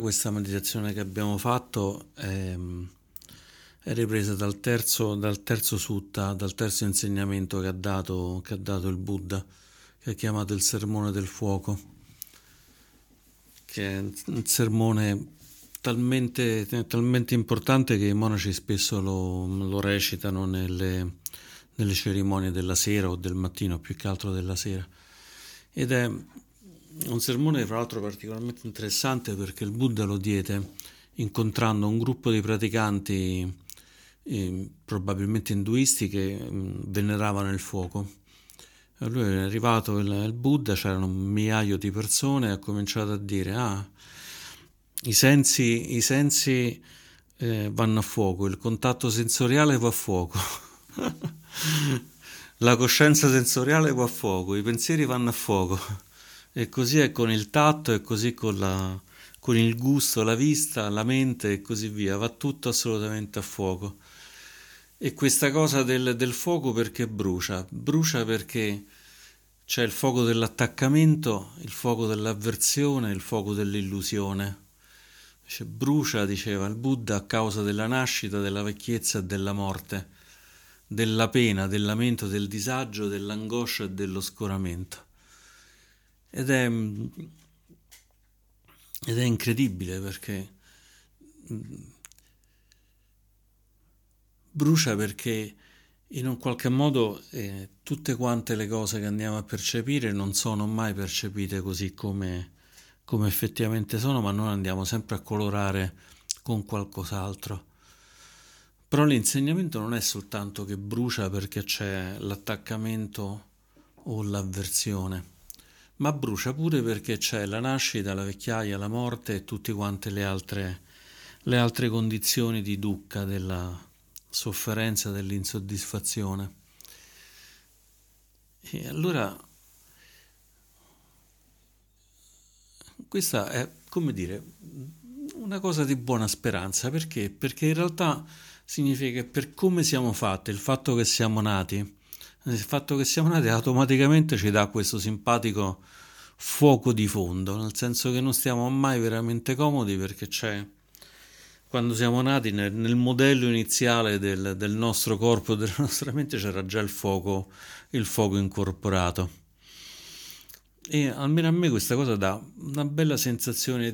Questa meditazione che abbiamo fatto è ripresa dal terzo sutta, dal terzo insegnamento che ha dato il Buddha, che è chiamato il sermone del fuoco, che è un sermone talmente importante che i monaci spesso lo recitano nelle cerimonie della sera o del mattino, più che altro della sera. Ed è un sermone, fra l'altro, particolarmente interessante perché il Buddha lo diede incontrando un gruppo di praticanti, probabilmente induisti, che veneravano il fuoco. E lui è arrivato il Buddha, c'erano un migliaio di persone e ha cominciato a dire: i sensi vanno a fuoco, il contatto sensoriale va a fuoco, la coscienza sensoriale va a fuoco, i pensieri vanno a fuoco. E così è con il tatto, e così con il gusto, la vista, la mente e così via, va tutto assolutamente a fuoco. E questa cosa del fuoco perché brucia? Brucia perché c'è il fuoco dell'attaccamento, il fuoco dell'avversione, il fuoco dell'illusione. Brucia, diceva il Buddha, a causa della nascita, della vecchiezza e della morte, della pena, del lamento, del disagio, dell'angoscia e dello scoramento. Ed è, ed è incredibile perché brucia perché in un qualche modo tutte quante le cose che andiamo a percepire non sono mai percepite così come effettivamente sono, ma noi andiamo sempre a colorare con qualcos'altro. Però l'insegnamento non è soltanto che brucia perché c'è l'attaccamento o l'avversione, ma brucia pure perché c'è la nascita, la vecchiaia, la morte e tutte quante le altre condizioni di dukkha, della sofferenza, dell'insoddisfazione. E allora questa è, come dire, una cosa di buona speranza. Perché? Perché in realtà significa che per come siamo fatti, il fatto che siamo nati automaticamente ci dà questo simpatico fuoco di fondo, nel senso che non stiamo mai veramente comodi perché quando siamo nati nel modello iniziale del nostro corpo, della nostra mente, c'era già il fuoco incorporato. E almeno a me questa cosa dà una bella sensazione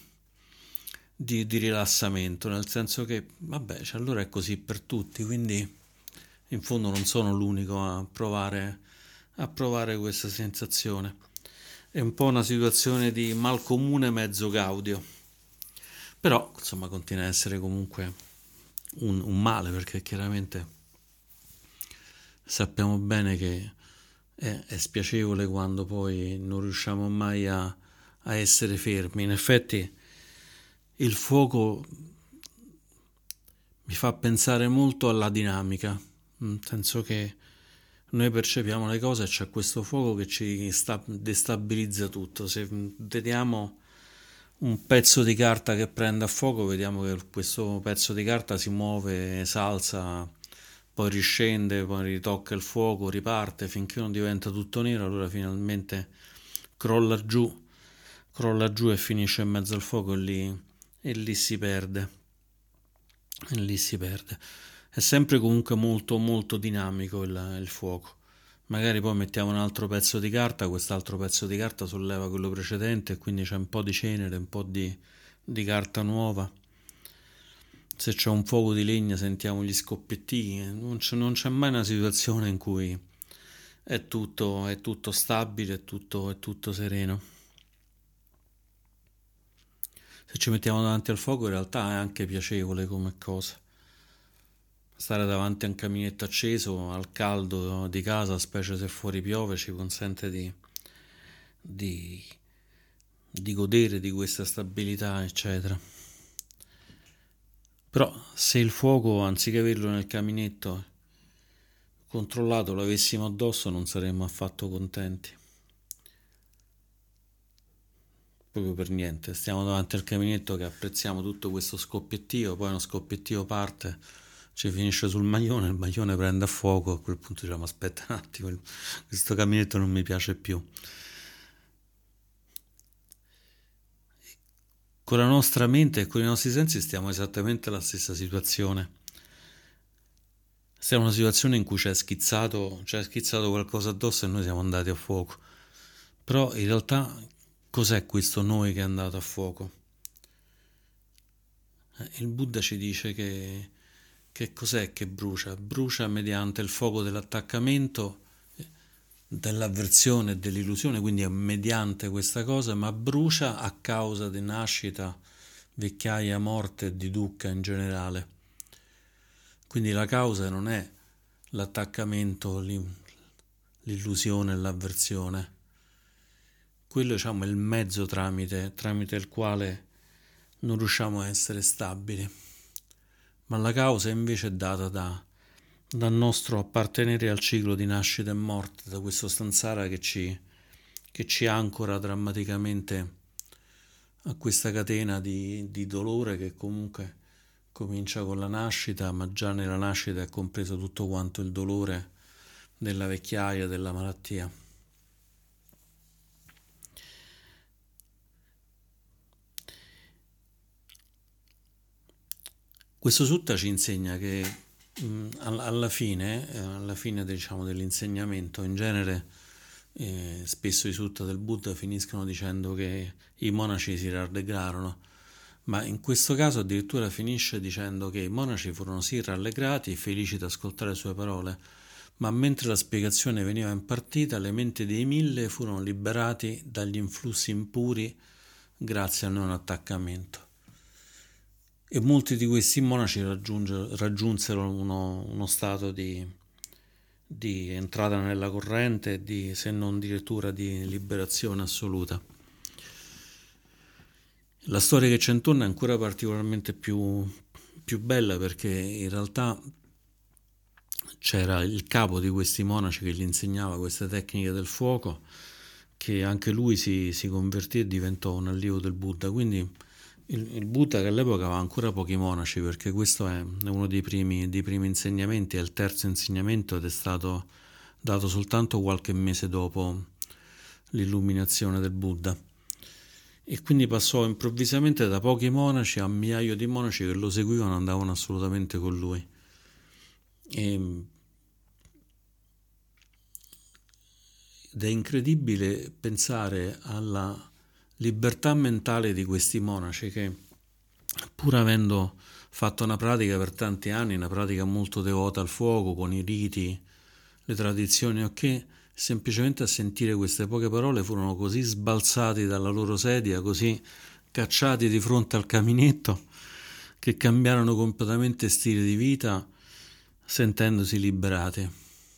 di rilassamento, nel senso che, vabbè, allora è così per tutti, quindi in fondo non sono l'unico a provare questa sensazione. È un po' una situazione di mal comune mezzo gaudio, però insomma continua a essere comunque un male, perché chiaramente sappiamo bene che è spiacevole quando poi non riusciamo mai a essere fermi. In effetti il fuoco mi fa pensare molto alla dinamica, nel senso che noi percepiamo le cose e c'è questo fuoco che ci destabilizza tutto. Se vediamo un pezzo di carta che prende a fuoco, vediamo che questo pezzo di carta si muove, salza, poi riscende, poi ritocca il fuoco, riparte finché non diventa tutto nero, allora finalmente crolla giù, crolla giù e finisce in mezzo al fuoco e lì si perde. E lì si perde. È sempre comunque molto molto dinamico il fuoco. Magari poi mettiamo un altro pezzo di carta, quest'altro pezzo di carta solleva quello precedente e quindi c'è un po' di cenere, un po' di carta nuova. Se c'è un fuoco di legna sentiamo gli scoppiettini. Non c'è mai una situazione in cui è tutto stabile, è tutto sereno. Se ci mettiamo davanti al fuoco in realtà è anche piacevole come cosa. Stare davanti a un caminetto acceso al caldo di casa, specie se fuori piove, ci consente di, di godere di questa stabilità, eccetera. Però se il fuoco, anziché averlo nel caminetto controllato, lo avessimo addosso, non saremmo affatto contenti. Proprio per niente. Stiamo davanti al caminetto che apprezziamo tutto questo scoppiettio, poi uno scoppiettio parte, ci finisce sul maglione, il maglione prende a fuoco, a quel punto diciamo aspetta un attimo, questo caminetto non mi piace più. con la nostra mente e con i nostri sensi stiamo esattamente nella stessa situazione. Siamo in una situazione in cui ci è schizzato qualcosa addosso e noi siamo andati a fuoco. Però in realtà cos'è questo noi che è andato a fuoco? Il Buddha ci dice che cos'è che brucia? Brucia mediante il fuoco dell'attaccamento, dell'avversione e dell'illusione, quindi è mediante questa cosa, ma brucia a causa di nascita, vecchiaia, morte e di dukkha in generale. Quindi la causa non è l'attaccamento, l'illusione e l'avversione. Quello, diciamo, è il mezzo tramite il quale non riusciamo a essere stabili. Ma la causa invece è data dal nostro appartenere al ciclo di nascita e morte, da questo samsara che ci ancora drammaticamente a questa catena di dolore che comunque comincia con la nascita, ma già nella nascita è compreso tutto quanto il dolore della vecchiaia, della malattia. Questo sutta ci insegna che alla fine diciamo, dell'insegnamento, in genere spesso i sutta del Buddha finiscono dicendo che i monaci si rallegrarono, ma in questo caso addirittura finisce dicendo che i monaci furono sì rallegrati e felici di ascoltare le sue parole, ma mentre la spiegazione veniva impartita, le menti dei 1000 furono liberati dagli influssi impuri grazie al non attaccamento. E molti di questi monaci raggiunsero uno stato di entrata nella corrente, se non addirittura di liberazione assoluta. La storia che c'è intorno è ancora particolarmente più bella, perché in realtà c'era il capo di questi monaci che gli insegnava queste tecniche del fuoco, che anche lui si convertì e diventò un allievo del Buddha. Quindi il Buddha, che all'epoca aveva ancora pochi monaci, perché questo è uno dei primi insegnamenti, è il terzo insegnamento ed è stato dato soltanto qualche mese dopo l'illuminazione del Buddha. E quindi passò improvvisamente da pochi monaci a migliaia di monaci che lo seguivano e andavano assolutamente con lui. Ed è incredibile pensare alla libertà mentale di questi monaci che, pur avendo fatto una pratica per tanti anni, una pratica molto devota al fuoco, con i riti, le tradizioni, ok, semplicemente a sentire queste poche parole furono così sbalzati dalla loro sedia, così cacciati di fronte al caminetto, che cambiarono completamente stile di vita sentendosi liberati.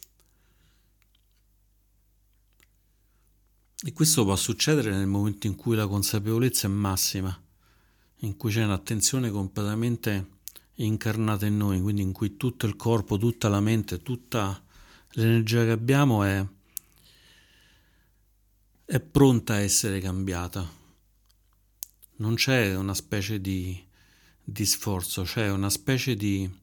E questo può succedere nel momento in cui la consapevolezza è massima, in cui c'è un'attenzione completamente incarnata in noi, quindi in cui tutto il corpo, tutta la mente, tutta l'energia che abbiamo è pronta a essere cambiata. Non c'è una specie di sforzo, c'è una specie di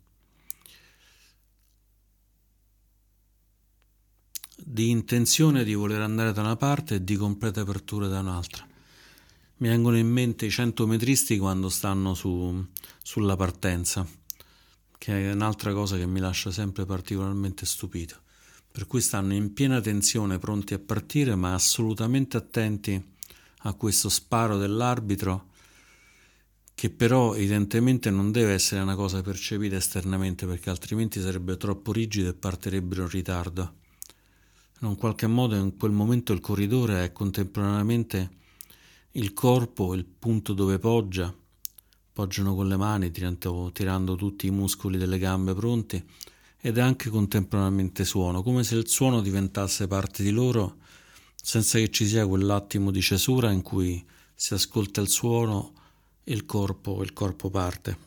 intenzione di voler andare da una parte e di completa apertura da un'altra. Mi vengono in mente i 100 metristi quando stanno sulla partenza, che è un'altra cosa che mi lascia sempre particolarmente stupito. Per cui stanno in piena tensione, pronti a partire, ma assolutamente attenti a questo sparo dell'arbitro, che però evidentemente non deve essere una cosa percepita esternamente, perché altrimenti sarebbe troppo rigido e partirebbero in ritardo. In un qualche modo in quel momento il corridore è contemporaneamente il corpo, il punto dove poggiano con le mani tirando tutti i muscoli delle gambe pronti, ed è anche contemporaneamente suono, come se il suono diventasse parte di loro senza che ci sia quell'attimo di cesura in cui si ascolta il suono e il corpo parte.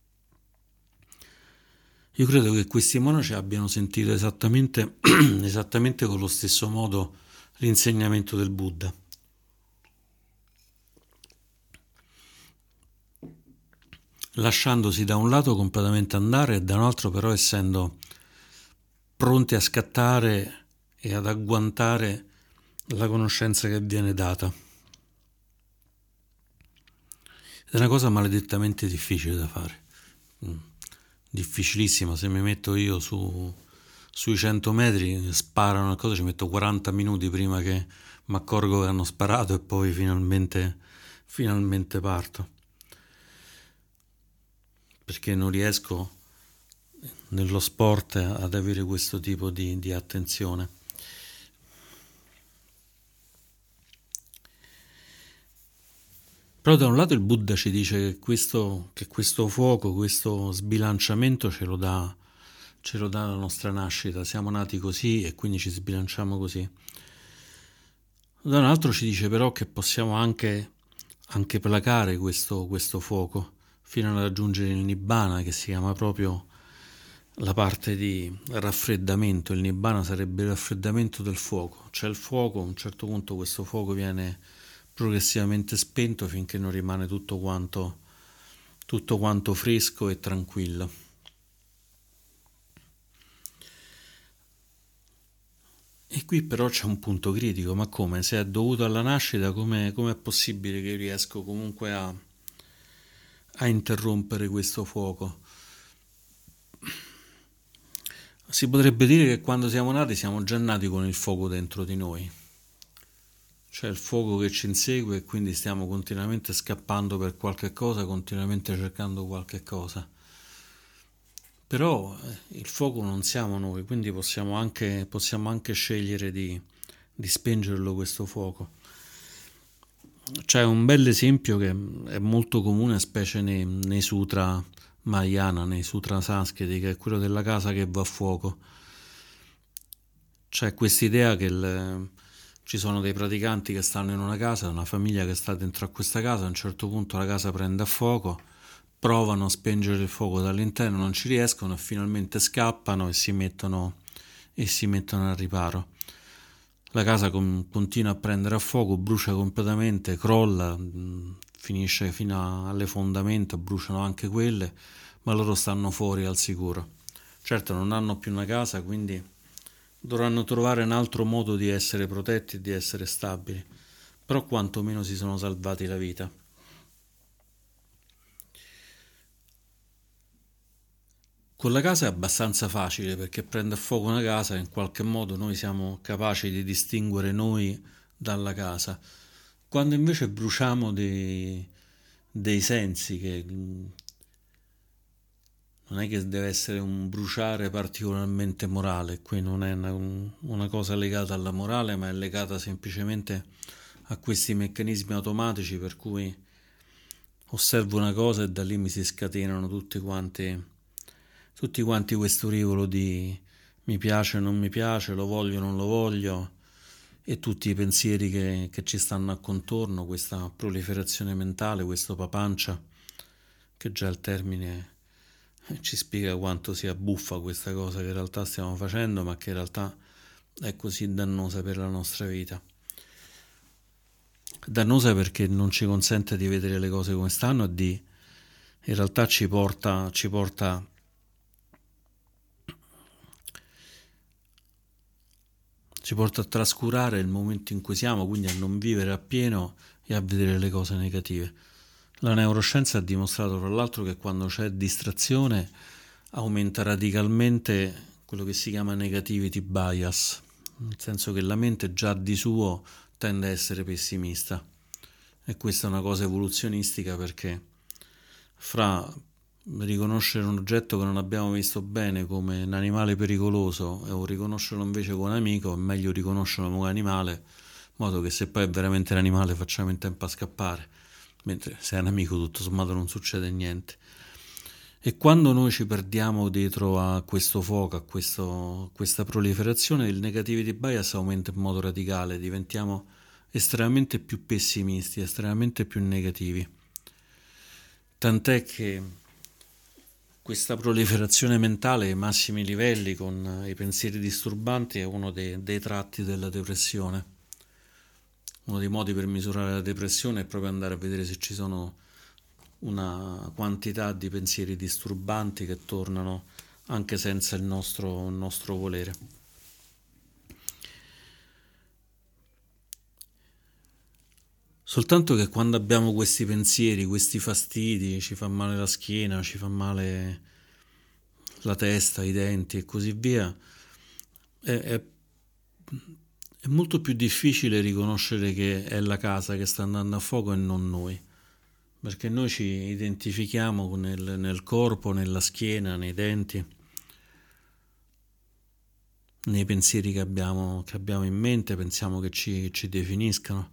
Io credo che questi monaci abbiano sentito esattamente con lo stesso modo l'insegnamento del Buddha. Lasciandosi da un lato completamente andare e da un altro però essendo pronti a scattare e ad agguantare la conoscenza che viene data. È una cosa maledettamente difficile da fare. Mm. Difficilissima. Se mi metto io sui 100 metri, sparano una cosa, ci metto 40 minuti prima che mi accorgo che hanno sparato e poi finalmente parto. Perché non riesco nello sport ad avere questo tipo di attenzione. Però da un lato il Buddha ci dice che questo fuoco, questo sbilanciamento ce lo dà la nostra nascita, siamo nati così e quindi ci sbilanciamo così. Da un altro ci dice però che possiamo anche placare questo fuoco fino a raggiungere il Nibbana, che si chiama proprio la parte di raffreddamento. Il Nibbana sarebbe il raffreddamento del fuoco. C'è il fuoco, a un certo punto questo fuoco viene progressivamente spento finché non rimane tutto quanto fresco e tranquillo. E qui però c'è un punto critico, ma come? Se è dovuto alla nascita, come è possibile che riesco comunque a interrompere questo fuoco? Si potrebbe dire che quando siamo nati siamo già nati con il fuoco dentro di noi. C'è il fuoco che ci insegue e quindi stiamo continuamente scappando per qualche cosa, continuamente cercando qualche cosa. Però il fuoco non siamo noi, quindi possiamo anche scegliere di spengerlo questo fuoco. C'è un bel esempio che è molto comune, specie nei sutra Mahayana, nei sutra sanskriti, che è quello della casa che va a fuoco. C'è quest'idea che ci sono dei praticanti che stanno in una casa, una famiglia che sta dentro a questa casa, a un certo punto la casa prende a fuoco, provano a spengere il fuoco dall'interno, non ci riescono e finalmente scappano e si mettono al riparo. La casa continua a prendere a fuoco, brucia completamente, crolla, finisce fino alle fondamenta, bruciano anche quelle, ma loro stanno fuori al sicuro. Certo non hanno più una casa, quindi dovranno trovare un altro modo di essere protetti e di essere stabili, però quantomeno si sono salvati la vita. Con la casa è abbastanza facile perché prende a fuoco una casa e in qualche modo noi siamo capaci di distinguere noi dalla casa. Quando invece bruciamo dei sensi, che non è che deve essere un bruciare particolarmente morale, qui non è una cosa legata alla morale, ma è legata semplicemente a questi meccanismi automatici per cui osservo una cosa e da lì mi si scatenano tutti quanti questo rivolo di mi piace o non mi piace, lo voglio o non lo voglio, e tutti i pensieri che ci stanno a contorno, questa proliferazione mentale, questo papancia, che già il termine ci spiega quanto sia buffa questa cosa che in realtà stiamo facendo, ma che in realtà è così dannosa per la nostra vita. Dannosa perché non ci consente di vedere le cose come stanno e in realtà ci porta a trascurare il momento in cui siamo, quindi a non vivere appieno e a vedere le cose negative. La neuroscienza ha dimostrato tra l'altro che quando c'è distrazione aumenta radicalmente quello che si chiama negativity bias, nel senso che la mente già di suo tende a essere pessimista, e questa è una cosa evoluzionistica perché fra riconoscere un oggetto che non abbiamo visto bene come un animale pericoloso o riconoscerlo invece come un amico, è meglio riconoscerlo come un animale, in modo che se poi è veramente un animale facciamo in tempo a scappare, mentre se è un amico tutto sommato non succede niente. E quando noi ci perdiamo dietro a questo fuoco, a questa proliferazione, il negativity bias aumenta in modo radicale, diventiamo estremamente più pessimisti, estremamente più negativi. Tant'è che questa proliferazione mentale ai massimi livelli con i pensieri disturbanti è uno dei tratti della depressione. Uno dei modi per misurare la depressione è proprio andare a vedere se ci sono una quantità di pensieri disturbanti che tornano anche senza il nostro volere. Soltanto che quando abbiamo questi pensieri, questi fastidi, ci fa male la schiena, ci fa male la testa, i denti e così via, è, è- è molto più difficile riconoscere che è la casa che sta andando a fuoco e non noi, perché noi ci identifichiamo nel corpo, nella schiena, nei denti, nei pensieri che abbiamo in mente, pensiamo che ci definiscano.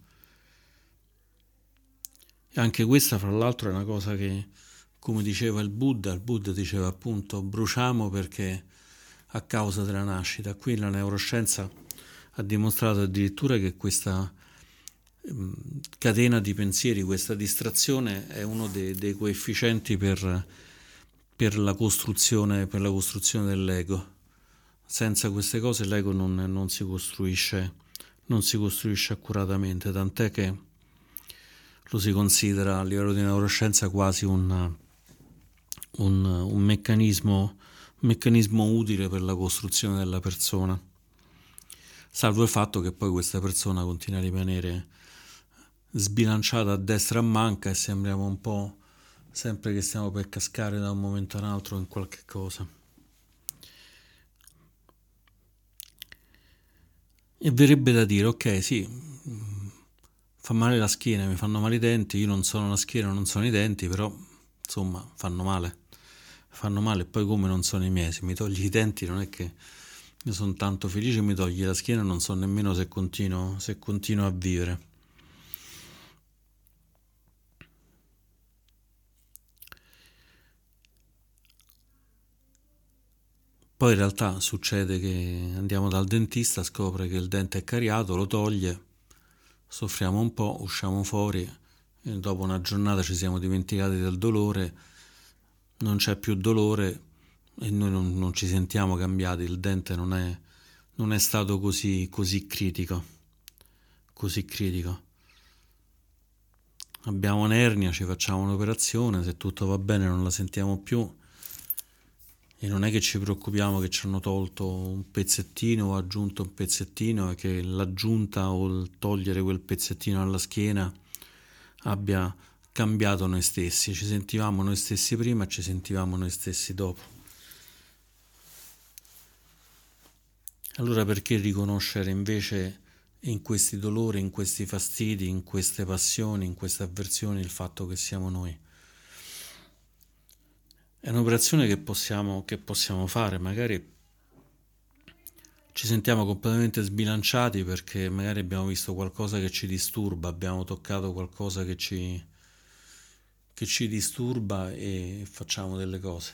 E anche questa, fra l'altro, è una cosa che, come diceva il Buddha diceva appunto bruciamo perché a causa della nascita. Qui la neuroscienza ha dimostrato addirittura che questa catena di pensieri, questa distrazione è uno dei coefficienti per la costruzione dell'ego. Senza queste cose l'ego non si costruisce accuratamente, tant'è che lo si considera a livello di neuroscienza quasi un meccanismo utile per la costruzione della persona, salvo il fatto che poi questa persona continua a rimanere sbilanciata a destra e a manca e sembriamo un po' sempre che stiamo per cascare da un momento a un altro in qualche cosa. E verrebbe da dire, ok, sì, fa male la schiena, mi fanno male i denti, io non sono la schiena, non sono i denti, però insomma fanno male. Fanno male, e poi come non sono i miei, se mi togli i denti non è che io sono tanto felice, mi togli la schiena, non so nemmeno se continuo a vivere. Poi in realtà succede che andiamo dal dentista, scopre che il dente è cariato, lo toglie, soffriamo un po', usciamo fuori e dopo una giornata ci siamo dimenticati del dolore, non c'è più dolore e noi non ci sentiamo cambiati, il dente non è stato così critico, così critico. Abbiamo un'ernia, ci facciamo un'operazione, se tutto va bene non la sentiamo più e non è che ci preoccupiamo che ci hanno tolto un pezzettino o aggiunto un pezzettino e che l'aggiunta o il togliere quel pezzettino alla schiena abbia cambiato noi stessi. Ci sentivamo noi stessi prima e ci sentivamo noi stessi dopo. Allora perché riconoscere invece in questi dolori, in questi fastidi, in queste passioni, in queste avversioni il fatto che siamo noi? È un'operazione che possiamo fare, magari ci sentiamo completamente sbilanciati perché magari abbiamo visto qualcosa che ci disturba, abbiamo toccato qualcosa che ci disturba e facciamo delle cose.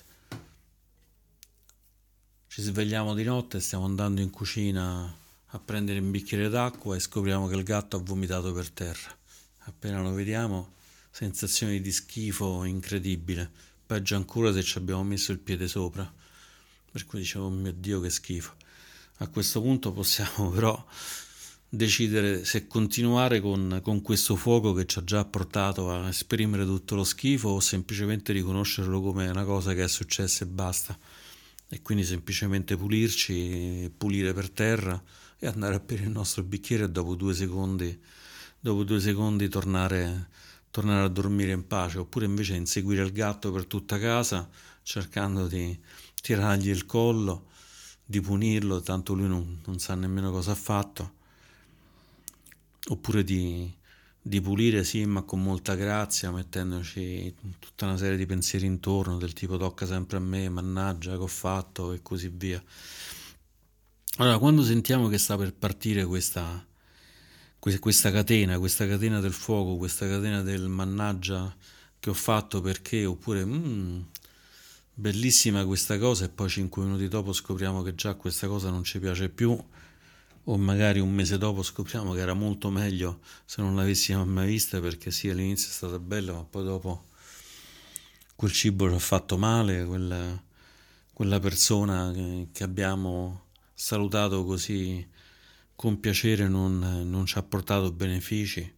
Ci svegliamo di notte, stiamo andando in cucina a prendere un bicchiere d'acqua e scopriamo che il gatto ha vomitato per terra. Appena lo vediamo, sensazione di schifo incredibile. Peggio ancora se ci abbiamo messo il piede sopra. Per cui dicevo, oh mio Dio, che schifo. A questo punto possiamo però decidere se continuare con questo fuoco che ci ha già portato a esprimere tutto lo schifo o semplicemente riconoscerlo come una cosa che è successa e basta. E quindi semplicemente pulirci, pulire per terra e andare a bere il nostro bicchiere e dopo 2 secondi tornare a dormire in pace, oppure invece inseguire il gatto per tutta casa cercando di tirargli il collo, di punirlo, tanto lui non sa nemmeno cosa ha fatto, oppure di pulire sì, ma con molta grazia, mettendoci tutta una serie di pensieri intorno, del tipo tocca sempre a me, mannaggia che ho fatto e così via. Allora, quando sentiamo che sta per partire questa catena del fuoco, questa catena del mannaggia che ho fatto perché, oppure bellissima questa cosa e poi 5 minuti dopo scopriamo che già questa cosa non ci piace più, o magari un mese dopo scopriamo che era molto meglio se non l'avessimo mai vista perché sì, all'inizio è stata bella, ma poi dopo quel cibo ci ha fatto male, quella persona che abbiamo salutato così con piacere non ci ha portato benefici,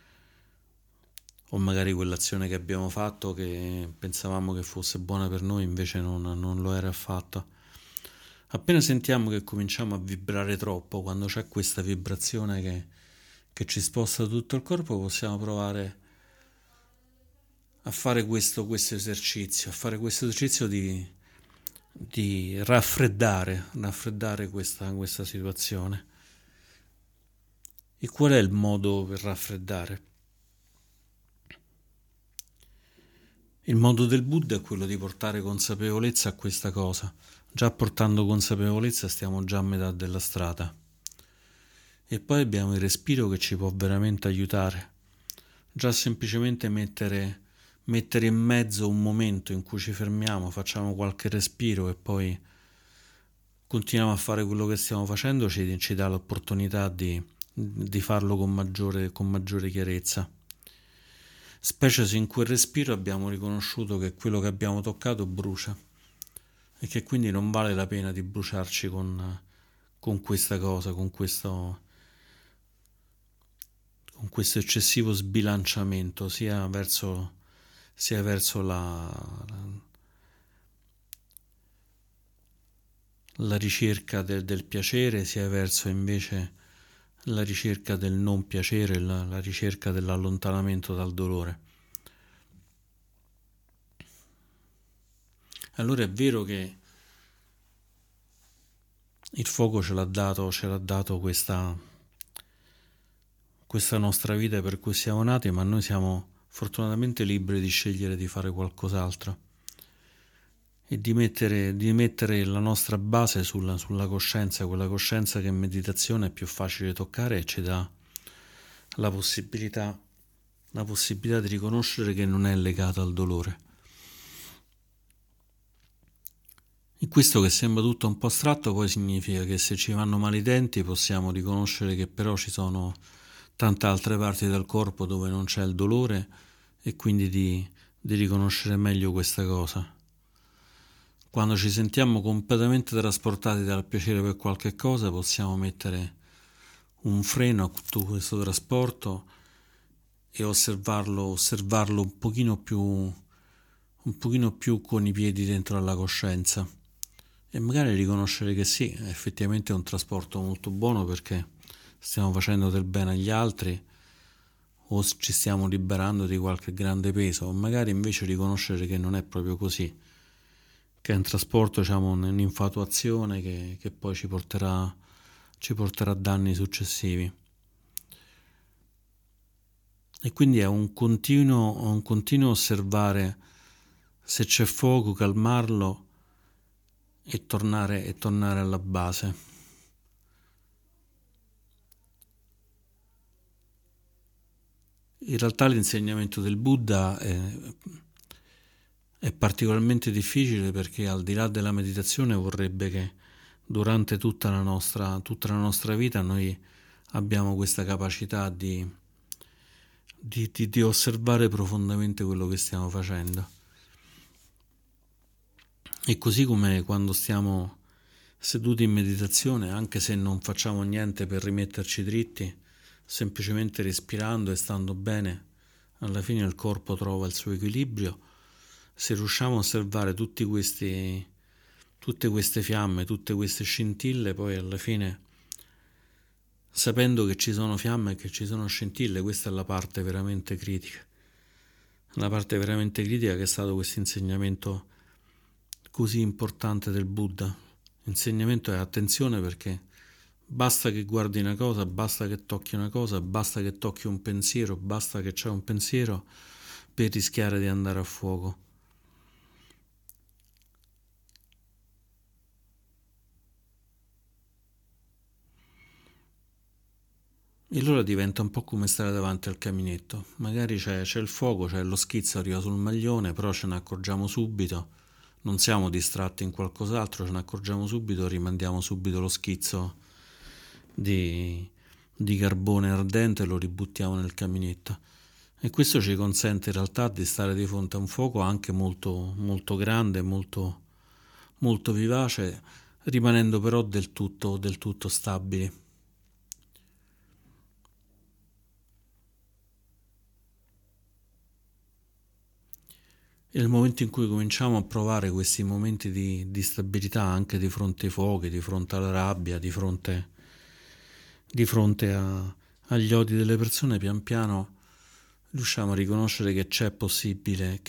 o magari quell'azione che abbiamo fatto che pensavamo che fosse buona per noi invece non lo era affatto. Appena sentiamo che cominciamo a vibrare troppo, quando c'è questa vibrazione che ci sposta tutto il corpo, possiamo provare a fare questo esercizio, di raffreddare questa situazione. E qual è il modo per raffreddare? Il modo del Buddha è quello di portare consapevolezza a questa cosa. Già portando consapevolezza stiamo già a metà della strada. E poi abbiamo il respiro che ci può veramente aiutare. Già semplicemente mettere in mezzo un momento in cui ci fermiamo, facciamo qualche respiro e poi continuiamo a fare quello che stiamo facendo, ci dà l'opportunità di farlo con maggiore chiarezza. Specie se in quel respiro abbiamo riconosciuto che quello che abbiamo toccato brucia e che quindi non vale la pena di bruciarci con questa cosa, con questo eccessivo sbilanciamento sia verso la ricerca del piacere, sia verso invece la ricerca del non piacere, la ricerca dell'allontanamento dal dolore. Allora è vero che il fuoco ce l'ha dato questa nostra vita per cui siamo nati, ma noi siamo fortunatamente liberi di scegliere di fare qualcos'altro e di mettere la nostra base sulla coscienza, quella coscienza che in meditazione è più facile toccare e ci dà la possibilità di riconoscere che non è legata al dolore. E questo, che sembra tutto un po' astratto, poi significa che se ci vanno male i denti possiamo riconoscere che però ci sono tante altre parti del corpo dove non c'è il dolore e quindi di riconoscere meglio questa cosa. Quando ci sentiamo completamente trasportati dal piacere per qualche cosa, possiamo mettere un freno a tutto questo trasporto e osservarlo un pochino più con i piedi dentro alla coscienza e magari riconoscere che sì, effettivamente è un trasporto molto buono perché stiamo facendo del bene agli altri o ci stiamo liberando di qualche grande peso, o magari invece riconoscere che non è proprio così, che è un trasporto, diciamo, un'infatuazione che poi ci porterà a danni successivi. E quindi è un continuo osservare se c'è fuoco, calmarlo e tornare alla base. In realtà l'insegnamento del Buddha è particolarmente difficile perché al di là della meditazione vorrebbe che durante tutta la nostra vita noi abbiamo questa capacità di osservare profondamente quello che stiamo facendo. E così come quando stiamo seduti in meditazione, anche se non facciamo niente per rimetterci dritti, semplicemente respirando e stando bene, alla fine il corpo trova il suo equilibrio. Se riusciamo a osservare tutte queste fiamme, tutte queste scintille, poi alla fine, sapendo che ci sono fiamme e che ci sono scintille, questa è la parte veramente critica. La parte veramente critica che è stato questo insegnamento così importante del Buddha. L'insegnamento è attenzione, perché basta che guardi una cosa, basta che tocchi una cosa, basta che tocchi un pensiero, basta che c'è un pensiero per rischiare di andare a fuoco. E allora diventa un po' come stare davanti al caminetto. Magari c'è il fuoco, c'è lo schizzo, arriva sul maglione, però ce ne accorgiamo subito, non siamo distratti in qualcos'altro, ce ne accorgiamo subito, rimandiamo subito lo schizzo di carbone ardente e lo ributtiamo nel caminetto. E questo ci consente in realtà di stare di fronte a un fuoco anche molto, molto grande, molto, molto vivace, rimanendo però del tutto stabili. E nel momento in cui cominciamo a provare questi momenti di stabilità anche di fronte ai fuochi, di fronte alla rabbia, di fronte agli odi delle persone, pian piano riusciamo a riconoscere che c'è possibile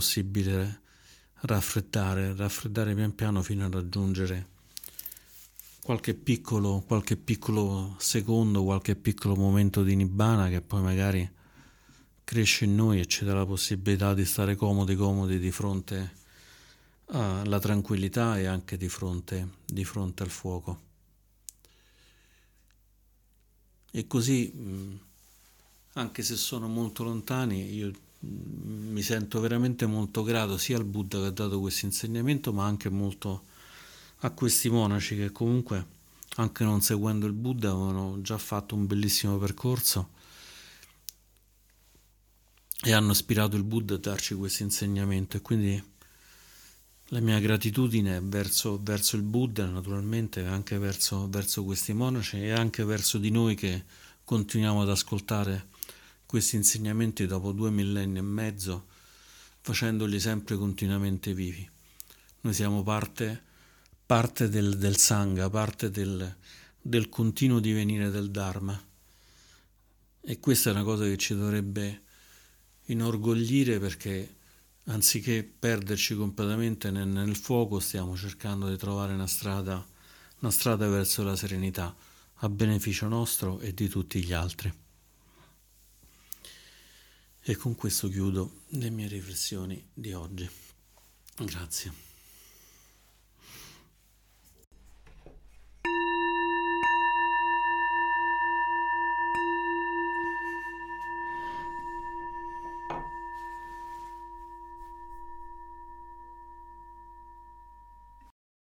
raffreddare pian piano fino a raggiungere qualche piccolo secondo, qualche piccolo momento di nibbana che poi magari cresce in noi e ci dà la possibilità di stare comodi di fronte alla tranquillità e anche di fronte al fuoco. E così, anche se sono molto lontani, io mi sento veramente molto grato sia al Buddha che ha dato questo insegnamento, ma anche molto a questi monaci che comunque, anche non seguendo il Buddha, avevano già fatto un bellissimo percorso e hanno ispirato il Buddha a darci questo insegnamento. E quindi la mia gratitudine è verso il Buddha, naturalmente, anche verso questi monaci e anche verso di noi che continuiamo ad ascoltare questi insegnamenti dopo 2 millenni e mezzo, facendoli sempre continuamente vivi. Noi siamo parte del Sangha, parte del continuo divenire del Dharma, e questa è una cosa che ci dovrebbe inorgoglire, perché anziché perderci completamente nel fuoco stiamo cercando di trovare una strada verso la serenità a beneficio nostro e di tutti gli altri. E con questo chiudo le mie riflessioni di oggi. Grazie.